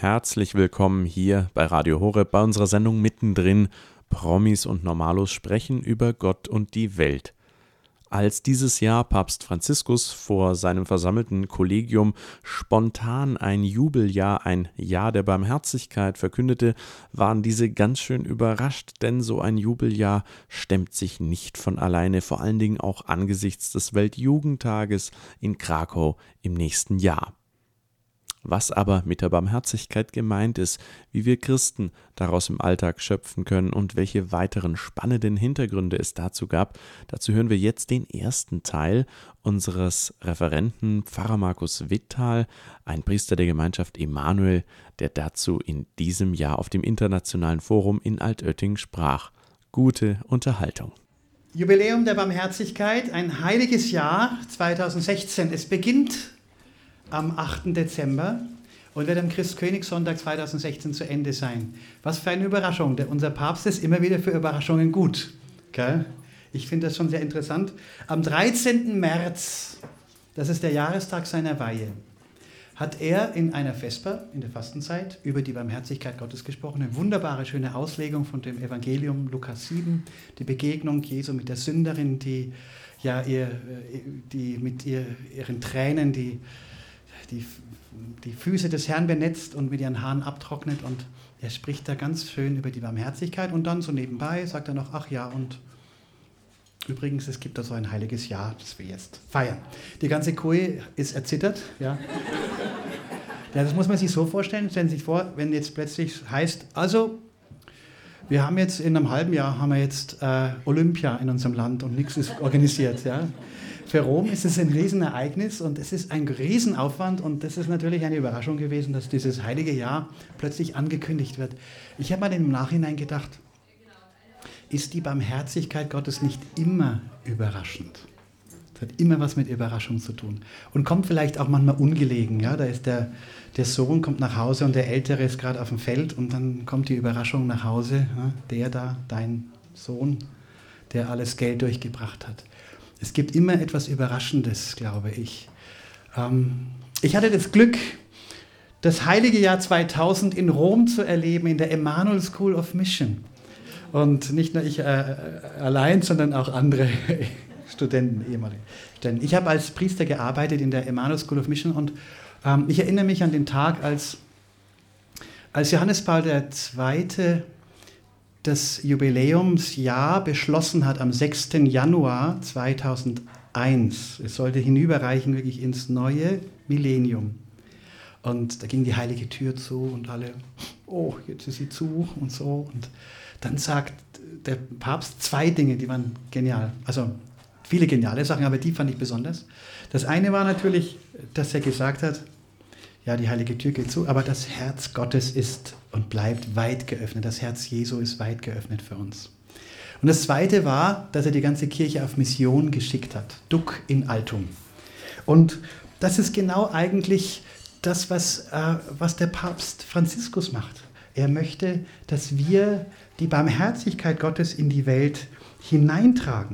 Herzlich willkommen hier bei Radio Horeb bei unserer Sendung Mittendrin. Promis und Normalos sprechen über Gott und die Welt. Als dieses Jahr Papst Franziskus vor seinem versammelten Kollegium spontan ein Jubeljahr, ein Jahr der Barmherzigkeit verkündete, waren diese ganz schön überrascht, denn so ein Jubeljahr stemmt sich nicht von alleine, vor allen Dingen auch angesichts des Weltjugendtages in Krakau im nächsten Jahr. Was aber mit der Barmherzigkeit gemeint ist, wie wir Christen daraus im Alltag schöpfen können und welche weiteren spannenden Hintergründe es dazu gab, dazu hören wir jetzt den ersten Teil unseres Referenten Pfarrer Markus Witthal, ein Priester der Gemeinschaft Emanuel, der dazu in diesem Jahr auf dem Internationalen Forum in Altötting sprach. Gute Unterhaltung. Jubiläum der Barmherzigkeit, ein heiliges Jahr 2016. Es beginnt am 8. Dezember und wird am Christkönigssonntag 2016 zu Ende sein. Was für eine Überraschung. Unser Papst ist immer wieder für Überraschungen gut. Gell? Ich finde das schon sehr interessant. Am 13. März, das ist der Jahrestag seiner Weihe, hat er in einer Vesper, in der Fastenzeit, über die Barmherzigkeit Gottes gesprochen. Eine wunderbare, schöne Auslegung von dem Evangelium Lukas 7, die Begegnung Jesu mit der Sünderin, die mit ihren Tränen die Füße des Herrn benetzt und mit ihren Haaren abtrocknet, und er spricht da ganz schön über die Barmherzigkeit, und dann so nebenbei sagt er noch, ach ja, und übrigens, es gibt da so ein heiliges Jahr, das wir jetzt feiern. Die ganze Kuh ist erzittert. Ja. Ja, das muss man sich so vorstellen, stellen Sie sich vor, wenn jetzt plötzlich heißt, also wir haben jetzt in einem halben Jahr Olympia in unserem Land und nichts ist organisiert. Ja. Für Rom ist es ein Riesenereignis und es ist ein Riesenaufwand, und das ist natürlich eine Überraschung gewesen, dass dieses heilige Jahr plötzlich angekündigt wird. Ich habe mal im Nachhinein gedacht, ist die Barmherzigkeit Gottes nicht immer überraschend? Das hat immer was mit Überraschung zu tun und kommt vielleicht auch manchmal ungelegen. Ja? Da ist der Sohn kommt nach Hause und der Ältere ist gerade auf dem Feld, und dann kommt die Überraschung nach Hause, ja? Dein Sohn, der alles Geld durchgebracht hat. Es gibt immer etwas Überraschendes, glaube ich. Ich hatte das Glück, das heilige Jahr 2000 in Rom zu erleben, in der Emanuel School of Mission. Und nicht nur ich allein, sondern auch andere Studenten, ehemalige Studenten. Ich habe als Priester gearbeitet in der Emanuel School of Mission, und ich erinnere mich an den Tag, als Johannes Paul II. Das Jubiläumsjahr beschlossen hat am 6. Januar 2001. Es sollte hinüberreichen wirklich ins neue Millennium. Und da ging die heilige Tür zu und alle, oh, jetzt ist sie zu und so. Und dann sagt der Papst zwei Dinge, die waren genial. Also viele geniale Sachen, aber die fand ich besonders. Das eine war natürlich, dass er gesagt hat, ja, die heilige Tür geht zu, aber das Herz Gottes ist und bleibt weit geöffnet. Das Herz Jesu ist weit geöffnet für uns. Und das Zweite war, dass er die ganze Kirche auf Mission geschickt hat. Duc in altum. Und das ist genau eigentlich das, was der Papst Franziskus macht. Er möchte, dass wir die Barmherzigkeit Gottes in die Welt hineintragen.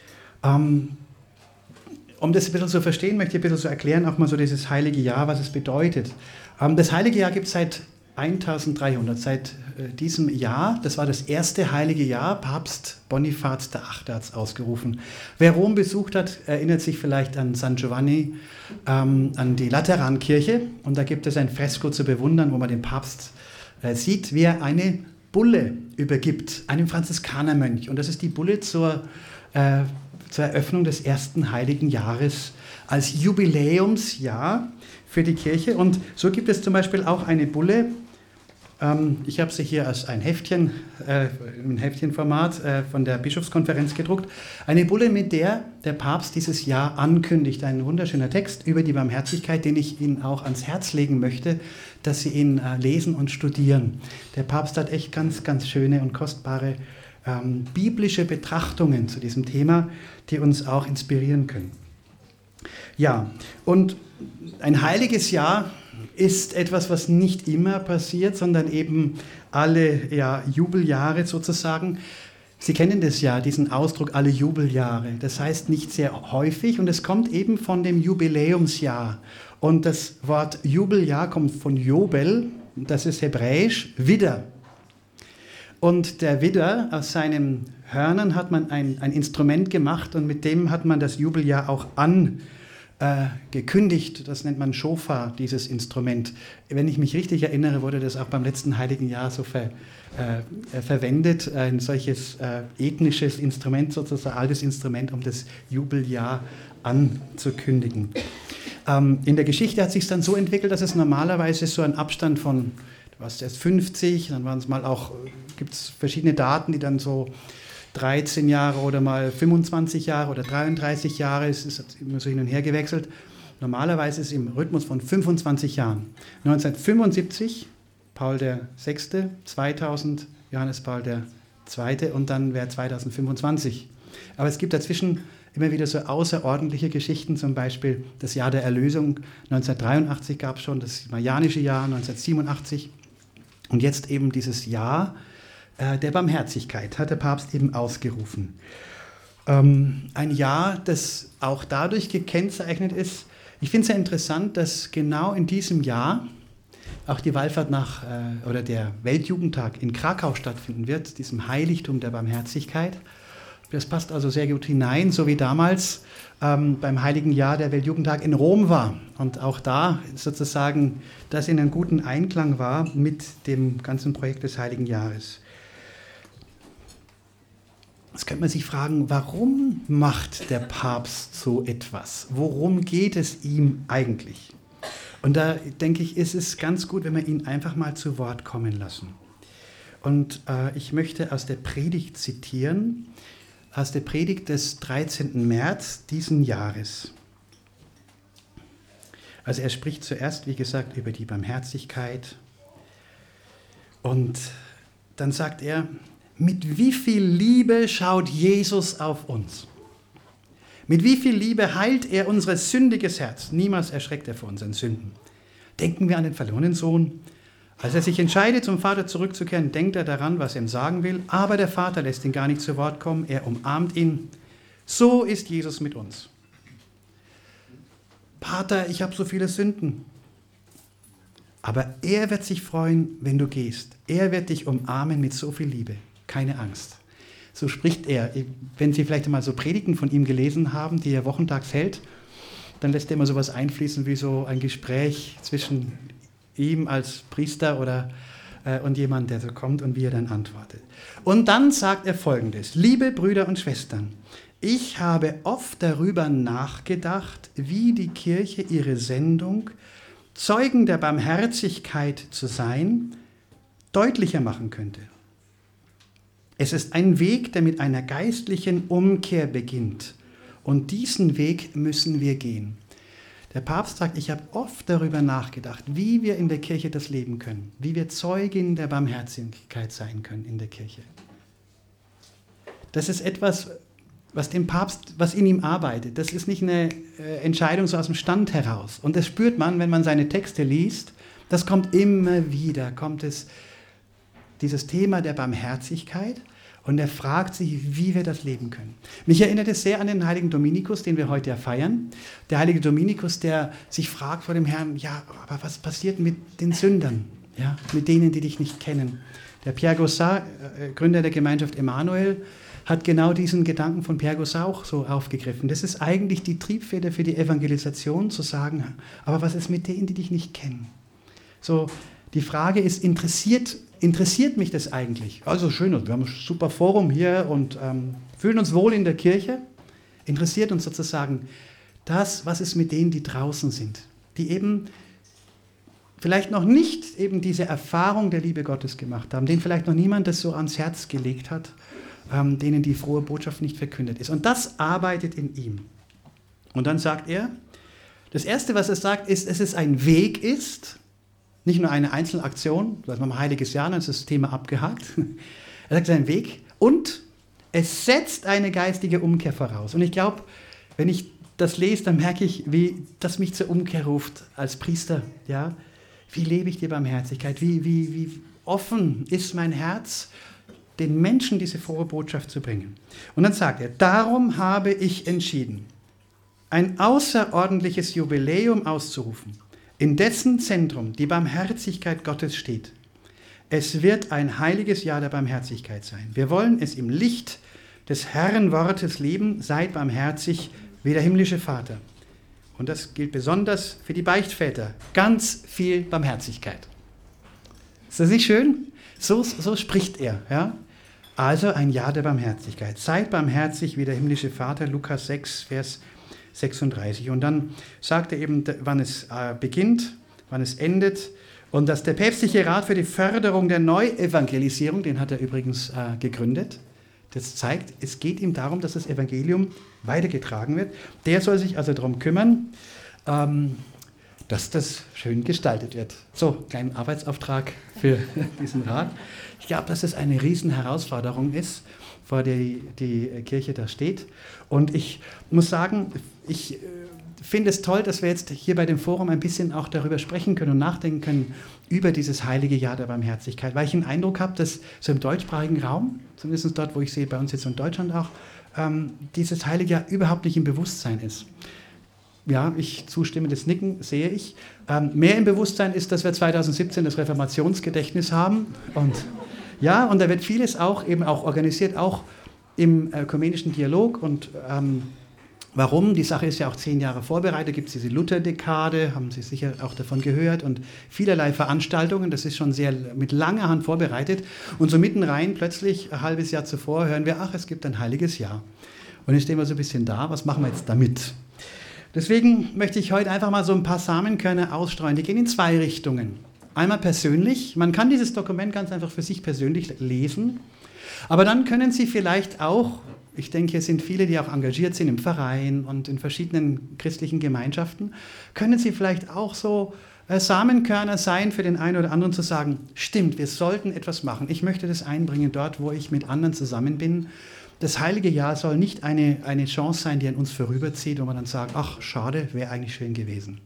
Um das ein bisschen zu verstehen, möchte ich ein bisschen so erklären, auch mal so dieses heilige Jahr, was es bedeutet. Das heilige Jahr gibt es seit 1300, seit diesem Jahr. Das war das erste heilige Jahr. Papst Bonifaz VIII. Hat es ausgerufen. Wer Rom besucht hat, erinnert sich vielleicht an San Giovanni, an die Laterankirche. Und da gibt es ein Fresko zu bewundern, wo man den Papst sieht, wie er eine Bulle übergibt, einem Franziskanermönch. Und das ist die Bulle zur Eröffnung des ersten heiligen Jahres als Jubiläumsjahr für die Kirche. Und so gibt es zum Beispiel auch eine Bulle, ich habe sie hier als ein Heftchen, im Heftchenformat von der Bischofskonferenz gedruckt, eine Bulle, mit der der Papst dieses Jahr ankündigt. Ein wunderschöner Text über die Barmherzigkeit, den ich Ihnen auch ans Herz legen möchte, dass Sie ihn lesen und studieren. Der Papst hat echt ganz, ganz schöne und kostbare biblische Betrachtungen zu diesem Thema, die uns auch inspirieren können. Ja, und ein heiliges Jahr ist etwas, was nicht immer passiert, sondern eben alle Jubeljahre sozusagen. Sie kennen das ja, diesen Ausdruck, alle Jubeljahre. Das heißt nicht sehr häufig, und es kommt eben von dem Jubiläumsjahr. Und das Wort Jubeljahr kommt von Jobel, das ist hebräisch Widder. Und der Widder, aus seinen Hörnern hat man ein Instrument gemacht und mit dem hat man das Jubeljahr auch angekündigt. Das nennt man Schofar, dieses Instrument. Wenn ich mich richtig erinnere, wurde das auch beim letzten Heiligen Jahr so verwendet. Ein solches ethnisches Instrument, sozusagen altes Instrument, um das Jubeljahr anzukündigen. In der Geschichte hat es sich dann so entwickelt, dass es normalerweise so einen Abstand von erst 50, dann waren es mal auch, gibt es verschiedene Daten, die dann so 13 Jahre oder mal 25 Jahre oder 33 Jahre, es ist immer so hin und her gewechselt. Normalerweise ist es im Rhythmus von 25 Jahren. 1975 Paul VI., 2000 Johannes Paul II. Und dann wäre 2025. Aber es gibt dazwischen immer wieder so außerordentliche Geschichten, zum Beispiel das Jahr der Erlösung. 1983 gab es schon das Marianische Jahr, 1987. Und jetzt eben dieses Jahr der Barmherzigkeit hat der Papst eben ausgerufen. Ein Jahr, das auch dadurch gekennzeichnet ist, ich finde es sehr interessant, dass genau in diesem Jahr auch die Wallfahrt oder der Weltjugendtag in Krakau stattfinden wird, diesem Heiligtum der Barmherzigkeit. Das passt also sehr gut hinein, so wie damals beim Heiligen Jahr der Weltjugendtag in Rom war. Und auch da sozusagen das in einem guten Einklang war mit dem ganzen Projekt des Heiligen Jahres. Jetzt könnte man sich fragen, warum macht der Papst so etwas? Worum geht es ihm eigentlich? Und da denke ich, ist es ganz gut, wenn wir ihn einfach mal zu Wort kommen lassen. Und ich möchte aus der Predigt zitieren, aus der Predigt des 13. März diesen Jahres. Also er spricht zuerst, wie gesagt, über die Barmherzigkeit. Und dann sagt er, mit wie viel Liebe schaut Jesus auf uns? Mit wie viel Liebe heilt er unser sündiges Herz? Niemals erschreckt er vor unseren Sünden. Denken wir an den verlorenen Sohn. Als er sich entscheidet, zum Vater zurückzukehren, denkt er daran, was er ihm sagen will, aber der Vater lässt ihn gar nicht zu Wort kommen, er umarmt ihn. So ist Jesus mit uns. Vater, ich habe so viele Sünden. Aber er wird sich freuen, wenn du gehst. Er wird dich umarmen mit so viel Liebe. Keine Angst. So spricht er. Wenn Sie vielleicht einmal so Predigten von ihm gelesen haben, die er wochentags hält, dann lässt er immer sowas einfließen wie so ein Gespräch zwischen ihm als Priester und jemand, der so kommt und wie er dann antwortet. Und dann sagt er Folgendes: Liebe Brüder und Schwestern, ich habe oft darüber nachgedacht, wie die Kirche ihre Sendung, Zeugen der Barmherzigkeit zu sein, deutlicher machen könnte. Es ist ein Weg, der mit einer geistlichen Umkehr beginnt. Und diesen Weg müssen wir gehen. Der Papst sagt, ich habe oft darüber nachgedacht, wie wir in der Kirche das leben können, wie wir Zeugen der Barmherzigkeit sein können in der Kirche. Das ist etwas, was dem Papst, was in ihm arbeitet. Das ist nicht eine Entscheidung so aus dem Stand heraus. Und das spürt man, wenn man seine Texte liest. Das kommt immer wieder, dieses Thema der Barmherzigkeit. Und er fragt sich, wie wir das leben können. Mich erinnert es sehr an den heiligen Dominikus, den wir heute ja feiern. Der heilige Dominikus, der sich fragt vor dem Herrn, ja, aber was passiert mit den Sündern? Ja, mit denen, die dich nicht kennen. Der Pierre Gaussat, Gründer der Gemeinschaft Emmanuel, hat genau diesen Gedanken von Pierre Gaussat auch so aufgegriffen. Das ist eigentlich die Triebfeder für die Evangelisation, zu sagen, aber was ist mit denen, die dich nicht kennen? So, die Frage ist, interessiert mich das eigentlich? Also schön, wir haben ein super Forum hier und fühlen uns wohl in der Kirche. Interessiert uns sozusagen das, was ist mit denen, die draußen sind, die eben vielleicht noch nicht eben diese Erfahrung der Liebe Gottes gemacht haben, denen vielleicht noch niemand das so ans Herz gelegt hat, denen die frohe Botschaft nicht verkündet ist. Und das arbeitet in ihm. Und dann sagt er, das Erste, was er sagt, ist, dass es ein Weg ist, nicht nur eine Einzelaktion, das war ein heiliges Jahr, dann ist das Thema abgehakt. Er sagt, es ist ein Weg und es setzt eine geistige Umkehr voraus. Und ich glaube, wenn ich das lese, dann merke ich, wie das mich zur Umkehr ruft als Priester. Ja? Wie lebe ich die Barmherzigkeit? Wie offen ist mein Herz, den Menschen diese frohe Botschaft zu bringen? Und dann sagt er, darum habe ich entschieden, ein außerordentliches Jubiläum auszurufen. in dessen Zentrum die Barmherzigkeit Gottes steht. Es wird ein heiliges Jahr der Barmherzigkeit sein. Wir wollen es im Licht des Herrenwortes leben, seid barmherzig wie der himmlische Vater. Und das gilt besonders für die Beichtväter. Ganz viel Barmherzigkeit. Ist das nicht schön? So spricht er. Ja? Also ein Jahr der Barmherzigkeit. Seid barmherzig wie der himmlische Vater, Lukas 6, Vers 36. Und dann sagt er eben, wann es beginnt, wann es endet. Und dass der päpstliche Rat für die Förderung der Neuevangelisierung, den hat er übrigens gegründet, das zeigt, es geht ihm darum, dass das Evangelium weitergetragen wird. Der soll sich also darum kümmern, dass das schön gestaltet wird. So, kleinen Arbeitsauftrag für diesen Rat. Ich glaube, dass es eine Riesenherausforderung ist, vor der die Kirche da steht. Und ich muss sagen, ich finde es toll, dass wir jetzt hier bei dem Forum ein bisschen auch darüber sprechen können und nachdenken können über dieses heilige Jahr der Barmherzigkeit, weil ich den Eindruck habe, dass so im deutschsprachigen Raum, zumindest dort, wo ich sehe, bei uns jetzt in Deutschland auch, dieses heilige Jahr überhaupt nicht im Bewusstsein ist. Ja, ich zustimmendes Nicken sehe ich. Mehr im Bewusstsein ist, dass wir 2017 das Reformationsgedächtnis haben und ja, und da wird vieles auch eben auch organisiert, auch im ökumenischen Dialog und warum? Die Sache ist ja auch 10 Jahre vorbereitet, gibt es diese Lutherdekade, haben Sie sicher auch davon gehört und vielerlei Veranstaltungen, das ist schon sehr mit langer Hand vorbereitet und so mitten rein plötzlich ein halbes Jahr zuvor hören wir, ach, es gibt ein heiliges Jahr. Und jetzt stehen wir so ein bisschen da, was machen wir jetzt damit? Deswegen möchte ich heute einfach mal so ein paar Samenkörner ausstreuen, die gehen in 2 Richtungen. Einmal persönlich, man kann dieses Dokument ganz einfach für sich persönlich lesen, aber dann können Sie vielleicht auch, ich denke, hier sind viele, die auch engagiert sind im Verein und in verschiedenen christlichen Gemeinschaften, können Sie vielleicht auch so Samenkörner sein für den einen oder anderen zu sagen, stimmt, wir sollten etwas machen. Ich möchte das einbringen dort, wo ich mit anderen zusammen bin. Das heilige Jahr soll nicht eine Chance sein, die an uns vorüberzieht, wo man dann sagt, ach, schade, wäre eigentlich schön gewesen.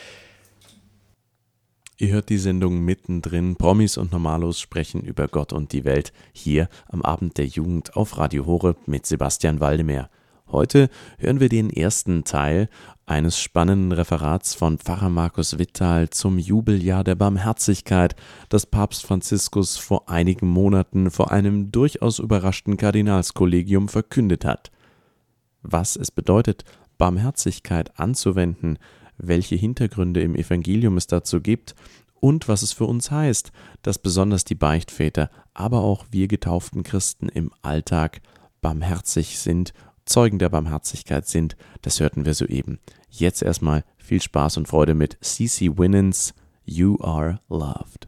Ihr hört die Sendung mittendrin. Promis und Normalos sprechen über Gott und die Welt hier am Abend der Jugend auf Radio Horeb mit Sebastian Waldemeyer. Heute hören wir den ersten Teil eines spannenden Referats von Pfarrer Markus Witthal zum Jubeljahr der Barmherzigkeit, das Papst Franziskus vor einigen Monaten vor einem durchaus überraschten Kardinalskollegium verkündet hat. Was es bedeutet, Barmherzigkeit anzuwenden, welche Hintergründe im Evangelium es dazu gibt und was es für uns heißt, dass besonders die Beichtväter, aber auch wir getauften Christen im Alltag barmherzig sind, Zeugen der Barmherzigkeit sind, das hörten wir soeben. Jetzt erstmal viel Spaß und Freude mit CeCe Winans, You Are Loved.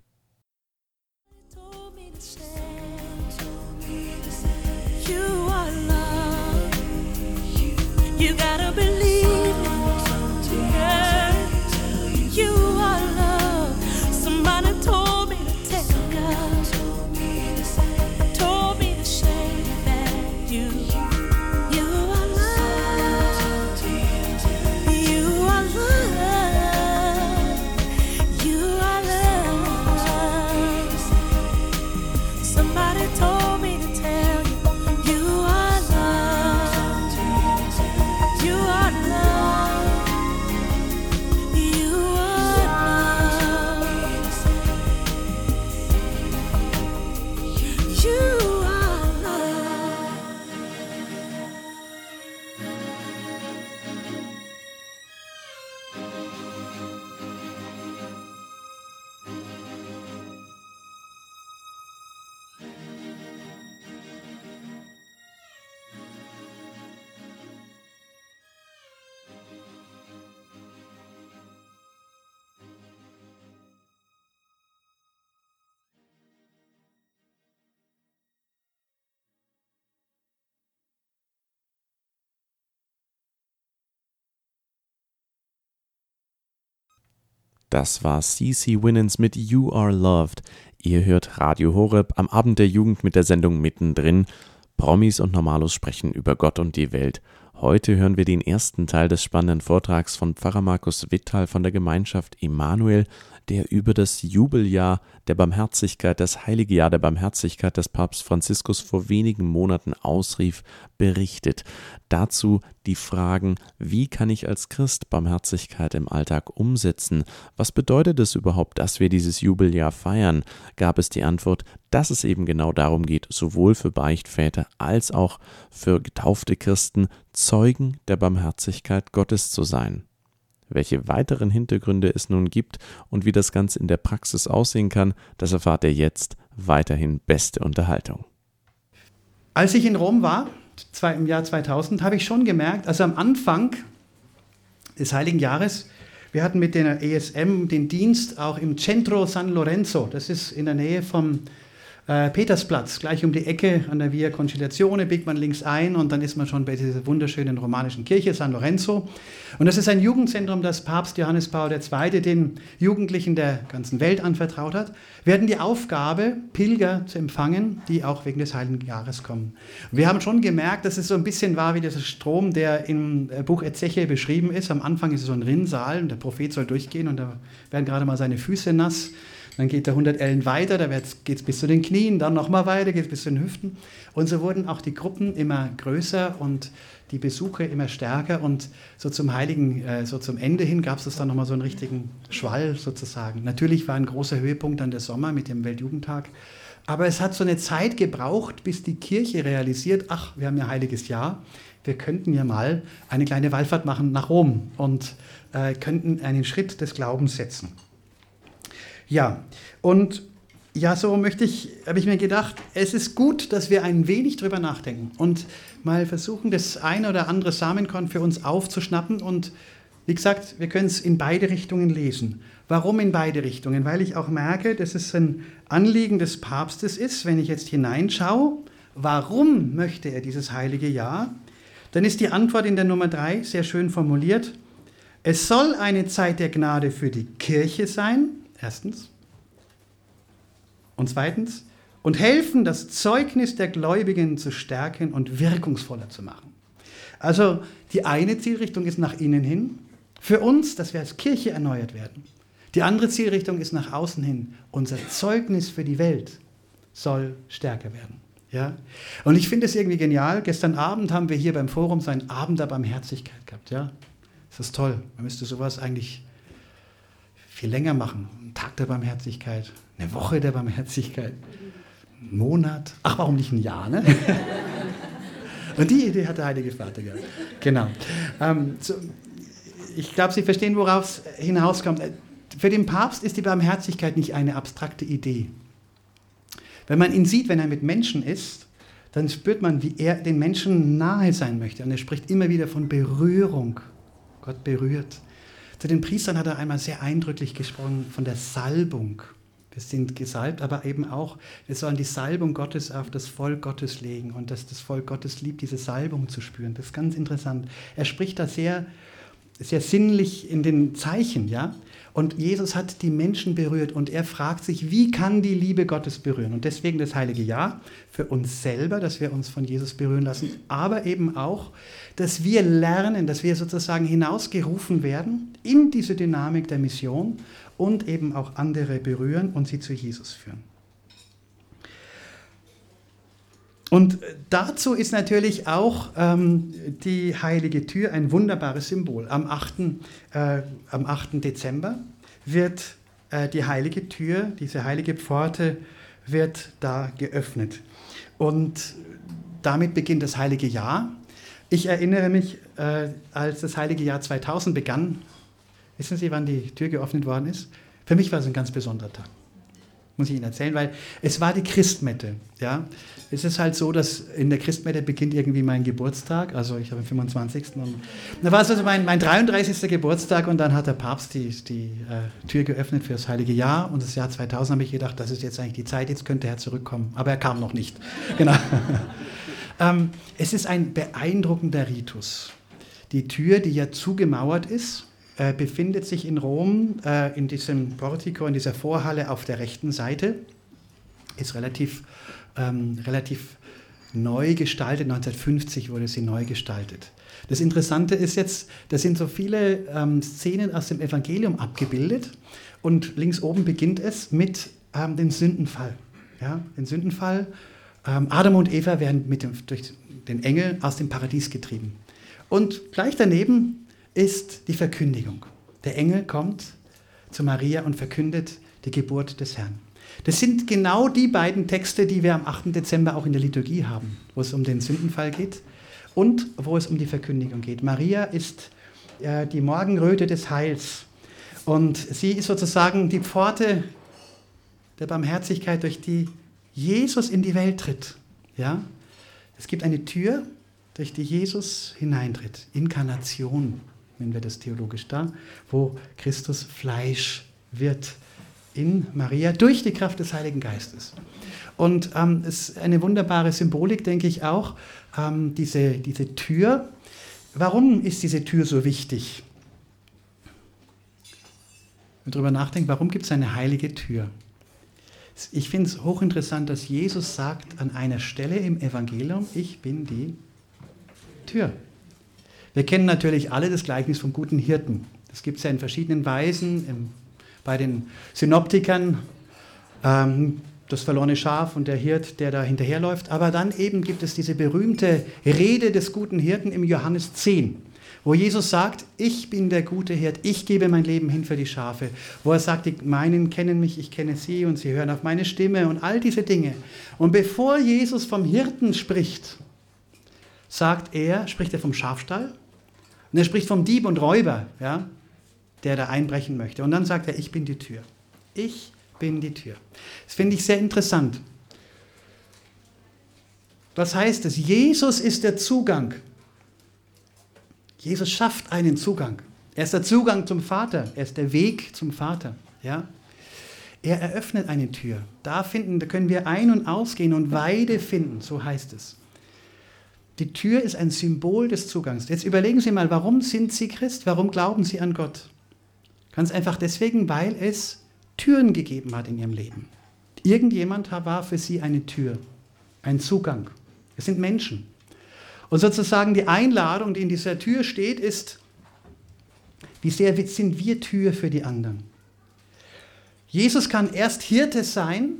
You are loved. You gotta believe it. Yeah. You are loved. Somebody told me to tell God. Told me to say that you are loved. You are loved. You are loved. Somebody told me to tell you, you are loved. You are loved. You are loved. You are loved. Das war CeCe Winans mit You Are Loved. Ihr hört Radio Horeb am Abend der Jugend mit der Sendung Mittendrin. Promis und Normalos sprechen über Gott und die Welt. Heute hören wir den ersten Teil des spannenden Vortrags von Pfarrer Markus Witthal von der Gemeinschaft Immanuel, der über das Jubeljahr der Barmherzigkeit, das heilige Jahr der Barmherzigkeit, das Papst Franziskus vor wenigen Monaten ausrief, berichtet. Dazu die Fragen: Wie kann ich als Christ Barmherzigkeit im Alltag umsetzen? Was bedeutet es überhaupt, dass wir dieses Jubeljahr feiern? Gab es die Antwort, dass es eben genau darum geht, sowohl für Beichtväter als auch für getaufte Christen Zeugen der Barmherzigkeit Gottes zu sein. Welche weiteren Hintergründe es nun gibt und wie das Ganze in der Praxis aussehen kann, das erfahrt ihr jetzt. Weiterhin beste Unterhaltung. Als ich in Rom war, im Jahr 2000, habe ich schon gemerkt, also am Anfang des Heiligen Jahres, wir hatten mit der ESM den Dienst auch im Centro San Lorenzo, das ist in der Nähe vom Petersplatz, gleich um die Ecke an der Via Conciliazione, biegt man links ein und dann ist man schon bei dieser wunderschönen romanischen Kirche San Lorenzo. Und das ist ein Jugendzentrum, das Papst Johannes Paul II. Den Jugendlichen der ganzen Welt anvertraut hat. Wir hatten die Aufgabe, Pilger zu empfangen, die auch wegen des Heiligen Jahres kommen. Und wir haben schon gemerkt, dass es so ein bisschen war wie dieser Strom, der im Buch Ezechiel beschrieben ist. Am Anfang ist es so ein Rinnsal und der Prophet soll durchgehen und da werden gerade mal seine Füße nass. Dann geht er 100 Ellen weiter, da geht es bis zu den Knien, dann nochmal weiter, geht es bis zu den Hüften. Und so wurden auch die Gruppen immer größer und die Besuche immer stärker. Und so zum so zum Ende hin gab es dann nochmal so einen richtigen Schwall sozusagen. Natürlich war ein großer Höhepunkt dann der Sommer mit dem Weltjugendtag. Aber es hat so eine Zeit gebraucht, bis die Kirche realisiert, ach, wir haben ja Heiliges Jahr, wir könnten ja mal eine kleine Wallfahrt machen nach Rom und könnten einen Schritt des Glaubens setzen. Ja, und ja, so habe ich mir gedacht, es ist gut, dass wir ein wenig drüber nachdenken und mal versuchen, das eine oder andere Samenkorn für uns aufzuschnappen. Und wie gesagt, wir können es in beide Richtungen lesen. Warum in beide Richtungen? Weil ich auch merke, dass es ein Anliegen des Papstes ist, wenn ich jetzt hineinschaue, warum möchte er dieses heilige Jahr? Dann ist die Antwort in der Nummer 3 sehr schön formuliert. Es soll eine Zeit der Gnade für die Kirche sein. Erstens. Und zweitens, und helfen, das Zeugnis der Gläubigen zu stärken und wirkungsvoller zu machen. Also die eine Zielrichtung ist nach innen hin, für uns, dass wir als Kirche erneuert werden. Die andere Zielrichtung ist nach außen hin, unser Zeugnis für die Welt soll stärker werden. Ja? Und ich finde es irgendwie genial, gestern Abend haben wir hier beim Forum so einen Abend der Barmherzigkeit gehabt. Ja? Das ist toll, man müsste sowas eigentlich viel länger machen. Ein Tag der Barmherzigkeit, eine Woche der Barmherzigkeit, ein Monat, ach, warum nicht ein Jahr, ne? Und die Idee hat der Heilige Vater gehabt. Genau. Ich glaube, Sie verstehen, worauf es hinauskommt. Für den Papst ist die Barmherzigkeit nicht eine abstrakte Idee. Wenn man ihn sieht, wenn er mit Menschen ist, dann spürt man, wie er den Menschen nahe sein möchte. Und er spricht immer wieder von Berührung. Gott berührt. Zu den Priestern hat er einmal sehr eindrücklich gesprochen von der Salbung. Wir sind gesalbt, aber eben auch, wir sollen die Salbung Gottes auf das Volk Gottes legen und dass das Volk Gottes liebt, diese Salbung zu spüren. Das ist ganz interessant. Er spricht da sehr, sehr sinnlich in den Zeichen, ja. Und Jesus hat die Menschen berührt und er fragt sich, wie kann die Liebe Gottes berühren? Und deswegen das Heilige Jahr für uns selber, dass wir uns von Jesus berühren lassen, aber eben auch, dass wir lernen, dass wir sozusagen hinausgerufen werden in diese Dynamik der Mission und eben auch andere berühren und sie zu Jesus führen. Und dazu ist natürlich auch die Heilige Tür ein wunderbares Symbol. Am 8. Dezember wird die Heilige Tür, diese heilige Pforte, wird da geöffnet. Und damit beginnt das Heilige Jahr. Ich erinnere mich, als das Heilige Jahr 2000 begann, wissen Sie, wann die Tür geöffnet worden ist? Für mich war es ein ganz besonderer Tag. Muss ich Ihnen erzählen, weil es war die Christmette. Ja? Es ist halt so, dass in der Christmette beginnt irgendwie mein Geburtstag, also ich habe den 25. Und da war es also mein 33. Geburtstag und dann hat der Papst die Tür geöffnet für das Heilige Jahr und das Jahr 2000 habe ich gedacht, das ist jetzt eigentlich die Zeit, jetzt könnte er zurückkommen, aber er kam noch nicht. Genau. Es ist ein beeindruckender Ritus. Die Tür, die ja zugemauert ist, befindet sich in Rom in diesem Portico, in dieser Vorhalle auf der rechten Seite. Ist relativ neu gestaltet, 1950 wurde sie neu gestaltet. Das Interessante ist jetzt, da sind so viele Szenen aus dem Evangelium abgebildet Und links oben beginnt es mit dem Sündenfall. Ja, den Sündenfall. Adam und Eva werden durch den Engel aus dem Paradies getrieben. Und gleich daneben ist die Verkündigung. Der Engel kommt zu Maria und verkündet die Geburt des Herrn. Das sind genau die beiden Texte, die wir am 8. Dezember auch in der Liturgie haben, wo es um den Sündenfall geht und wo es um die Verkündigung geht. Maria ist die Morgenröte des Heils und sie ist sozusagen die Pforte der Barmherzigkeit, durch die Jesus in die Welt tritt. Ja? Es gibt eine Tür, durch die Jesus hineintritt. Inkarnation nennen wir das theologisch da, wo Christus Fleisch wird in Maria durch die Kraft des Heiligen Geistes. Und es ist eine wunderbare Symbolik, denke ich auch, diese Tür. Warum ist diese Tür so wichtig? Wenn man darüber nachdenkt, warum gibt es eine heilige Tür? Ich finde es hochinteressant, dass Jesus sagt an einer Stelle im Evangelium, ich bin die Tür. Wir kennen natürlich alle das Gleichnis vom guten Hirten. Das gibt es ja in verschiedenen Weisen, bei den Synoptikern, das verlorene Schaf und der Hirt, der da hinterherläuft. Aber dann eben gibt es diese berühmte Rede des guten Hirten im Johannes 10, wo Jesus sagt, ich bin der gute Hirt, ich gebe mein Leben hin für die Schafe. Wo er sagt, die meinen kennen mich, ich kenne sie und sie hören auf meine Stimme und all diese Dinge. Und bevor Jesus vom Hirten spricht, spricht er vom Schafstall und er spricht vom Dieb und Räuber, ja, der da einbrechen möchte. Und dann sagt er, ich bin die Tür. Ich bin die Tür. Das finde ich sehr interessant. Was heißt es? Jesus ist der Zugang. Jesus schafft einen Zugang. Er ist der Zugang zum Vater. Er ist der Weg zum Vater. Ja? Er eröffnet eine Tür. Da können wir ein- und ausgehen und Weide finden, so heißt es. Die Tür ist ein Symbol des Zugangs. Jetzt überlegen Sie mal, warum sind Sie Christ? Warum glauben Sie an Gott? Ganz einfach deswegen, weil es Türen gegeben hat in Ihrem Leben. Irgendjemand war für Sie eine Tür, ein Zugang. Es sind Menschen. Und sozusagen die Einladung, die in dieser Tür steht, ist, wie sehr sind wir Tür für die anderen? Jesus kann erst Hirte sein,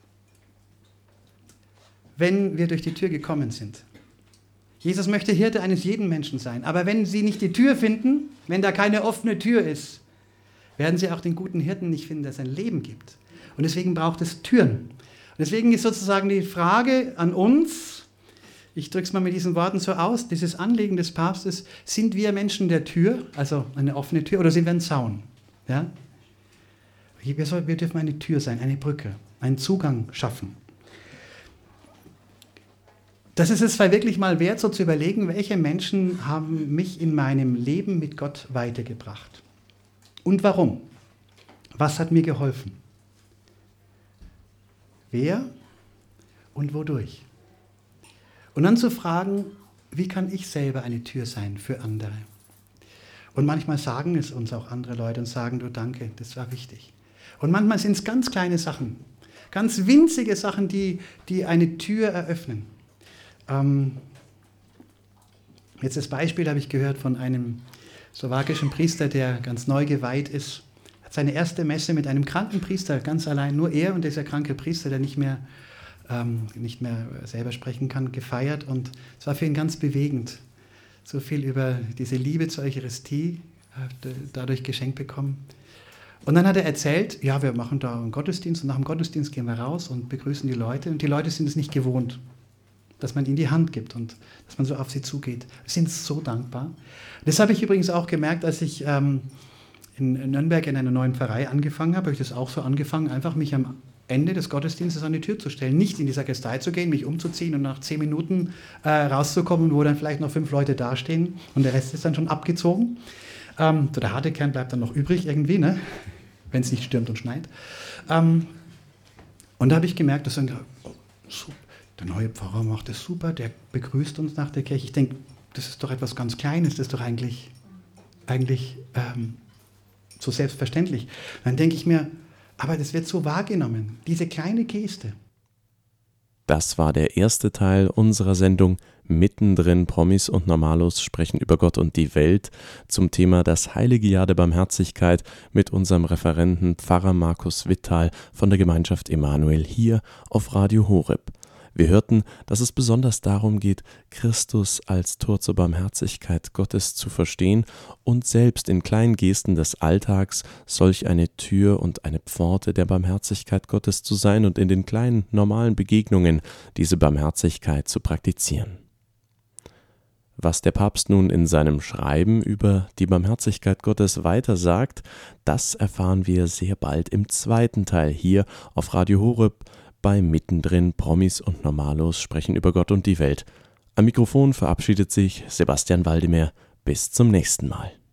wenn wir durch die Tür gekommen sind. Jesus möchte Hirte eines jeden Menschen sein. Aber wenn Sie nicht die Tür finden, wenn da keine offene Tür ist, werden Sie auch den guten Hirten nicht finden, der sein Leben gibt. Und deswegen braucht es Türen. Und deswegen ist sozusagen die Frage an uns, ich drücke es mal mit diesen Worten so aus, dieses Anliegen des Papstes, sind wir Menschen der Tür, also eine offene Tür, oder sind wir ein Zaun? Ja? Wir dürfen eine Tür sein, eine Brücke, einen Zugang schaffen. Das ist es zwar wirklich mal wert, so zu überlegen, welche Menschen haben mich in meinem Leben mit Gott weitergebracht. Und warum? Was hat mir geholfen? Wer und wodurch? Und dann zu fragen, wie kann ich selber eine Tür sein für andere? Und manchmal sagen es uns auch andere Leute und sagen, du danke, das war wichtig. Und manchmal sind es ganz kleine Sachen, ganz winzige Sachen, die eine Tür eröffnen. Jetzt das Beispiel habe ich gehört von einem slowakischen Priester, der ganz neu geweiht ist. Er hat seine erste Messe mit einem kranken Priester, ganz allein, nur er und dieser kranke Priester, der nicht mehr selber sprechen kann, gefeiert. Und es war für ihn ganz bewegend. So viel über diese Liebe zur Eucharistie dadurch geschenkt bekommen. Und dann hat er erzählt, ja, wir machen da einen Gottesdienst und nach dem Gottesdienst gehen wir raus und begrüßen die Leute. Und die Leute sind es nicht gewohnt, dass man ihnen die Hand gibt und dass man so auf sie zugeht. Wir sind so dankbar. Das habe ich übrigens auch gemerkt, als ich in Nürnberg in einer neuen Pfarrei angefangen habe ich das auch so angefangen, einfach mich am Ende des Gottesdienstes an die Tür zu stellen. Nicht in die Sakristei zu gehen, mich umzuziehen und nach 10 Minuten rauszukommen, wo dann vielleicht noch 5 Leute dastehen und der Rest ist dann schon abgezogen. So der harte Kern bleibt dann noch übrig irgendwie, ne? Wenn es nicht stürmt und schneit. Und da habe ich gemerkt, dass dann, der neue Pfarrer macht das super, der begrüßt uns nach der Kirche. Ich denke, das ist doch etwas ganz Kleines, das ist doch eigentlich so selbstverständlich. Dann denke ich mir, aber das wird so wahrgenommen, diese kleine Geste. Das war der erste Teil unserer Sendung Mittendrin. Promis und Normalos sprechen über Gott und die Welt zum Thema das heilige Jahr der Barmherzigkeit mit unserem Referenten Pfarrer Markus Wittal von der Gemeinschaft Emanuel hier auf Radio Horeb. Wir hörten, dass es besonders darum geht, Christus als Tor zur Barmherzigkeit Gottes zu verstehen und selbst in kleinen Gesten des Alltags solch eine Tür und eine Pforte der Barmherzigkeit Gottes zu sein und in den kleinen, normalen Begegnungen diese Barmherzigkeit zu praktizieren. Was der Papst nun in seinem Schreiben über die Barmherzigkeit Gottes weiter sagt, das erfahren wir sehr bald im zweiten Teil hier auf Radio Horeb bei Mittendrin. Promis und Normalos sprechen über Gott und die Welt. Am Mikrofon verabschiedet sich Sebastian Waldemar. Bis zum nächsten Mal.